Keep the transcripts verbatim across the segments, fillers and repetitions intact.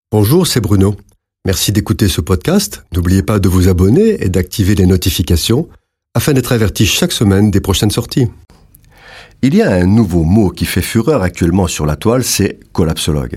Bonjour, c'est Bruno. Merci d'écouter ce podcast. N'oubliez pas de vous abonner et d'activer les notifications afin d'être averti chaque semaine des prochaines sorties. Il y a un nouveau mot qui fait fureur actuellement sur la toile, c'est collapsologue.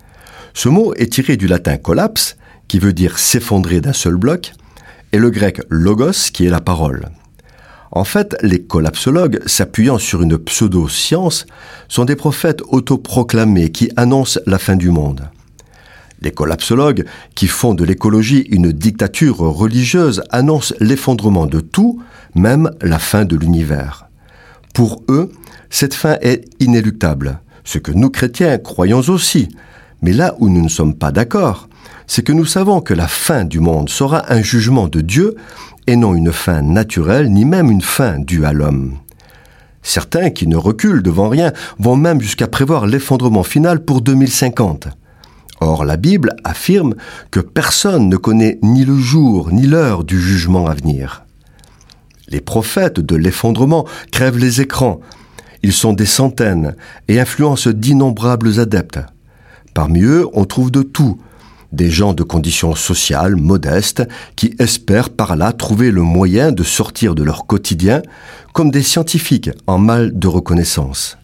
Ce mot est tiré du latin collapse, qui veut dire s'effondrer d'un seul bloc, et le grec logos, qui est la parole. En fait, les collapsologues, s'appuyant sur une pseudo-science, sont des prophètes autoproclamés qui annoncent la fin du monde. Les collapsologues, qui font de l'écologie une dictature religieuse, annoncent l'effondrement de tout, même la fin de l'univers. Pour eux, cette fin est inéluctable, ce que nous chrétiens croyons aussi. Mais là où nous ne sommes pas d'accord, c'est que nous savons que la fin du monde sera un jugement de Dieu et non une fin naturelle, ni même une fin due à l'homme. Certains qui ne reculent devant rien vont même jusqu'à prévoir l'effondrement final pour deux mille cinquante. Or, la Bible affirme que personne ne connaît ni le jour ni l'heure du jugement à venir. Les prophètes de l'effondrement crèvent les écrans. Ils sont des centaines et influencent d'innombrables adeptes. Parmi eux, on trouve de tout. Des gens de conditions sociales modestes qui espèrent par là trouver le moyen de sortir de leur quotidien, comme des scientifiques en mal de reconnaissance.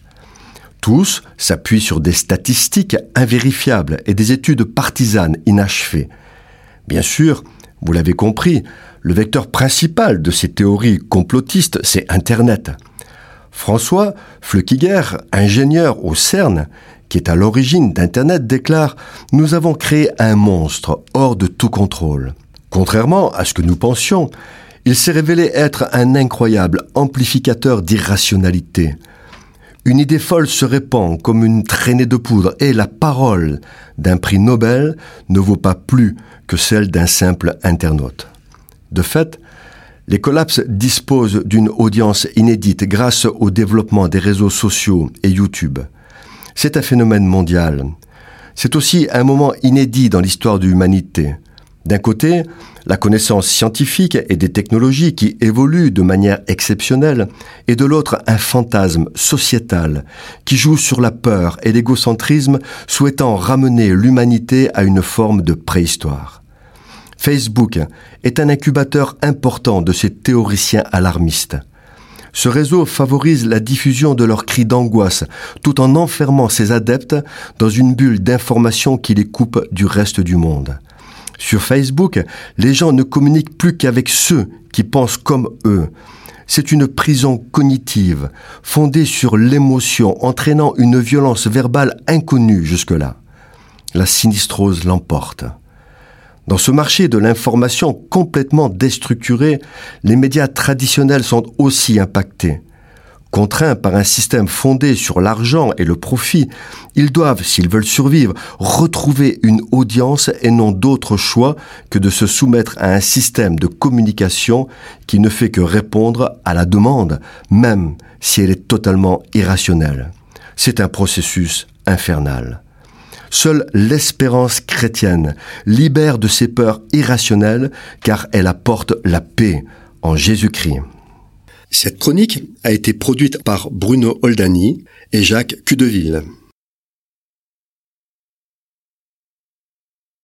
Tous s'appuient sur des statistiques invérifiables et des études partisanes inachevées. Bien sûr, vous l'avez compris, le vecteur principal de ces théories complotistes, c'est Internet. François Flückiger, ingénieur au CERN, qui est à l'origine d'Internet, déclare « Nous avons créé un monstre hors de tout contrôle. » Contrairement à ce que nous pensions, il s'est révélé être un incroyable amplificateur d'irrationalité. Une idée folle se répand comme une traînée de poudre et la parole d'un prix Nobel ne vaut pas plus que celle d'un simple internaute. De fait, les collapses disposent d'une audience inédite grâce au développement des réseaux sociaux et YouTube. C'est un phénomène mondial. C'est aussi un moment inédit dans l'histoire de l'humanité. D'un côté, la connaissance scientifique et des technologies qui évoluent de manière exceptionnelle, et de l'autre, un fantasme sociétal qui joue sur la peur et l'égocentrisme, souhaitant ramener l'humanité à une forme de préhistoire. Facebook est un incubateur important de ces théoriciens alarmistes. Ce réseau favorise la diffusion de leurs cris d'angoisse, tout en enfermant ses adeptes dans une bulle d'information qui les coupe du reste du monde. Sur Facebook, les gens ne communiquent plus qu'avec ceux qui pensent comme eux. C'est une prison cognitive, fondée sur l'émotion, entraînant une violence verbale inconnue jusque-là. La sinistrose l'emporte. Dans ce marché de l'information complètement déstructuré, les médias traditionnels sont aussi impactés. Contraints par un système fondé sur l'argent et le profit, ils doivent, s'ils veulent survivre, retrouver une audience et n'ont d'autre choix que de se soumettre à un système de communication qui ne fait que répondre à la demande, même si elle est totalement irrationnelle. C'est un processus infernal. Seule l'espérance chrétienne libère de ces peurs irrationnelles car elle apporte la paix en Jésus-Christ. Cette chronique a été produite par Bruno Oldani et Jacques Cudeville.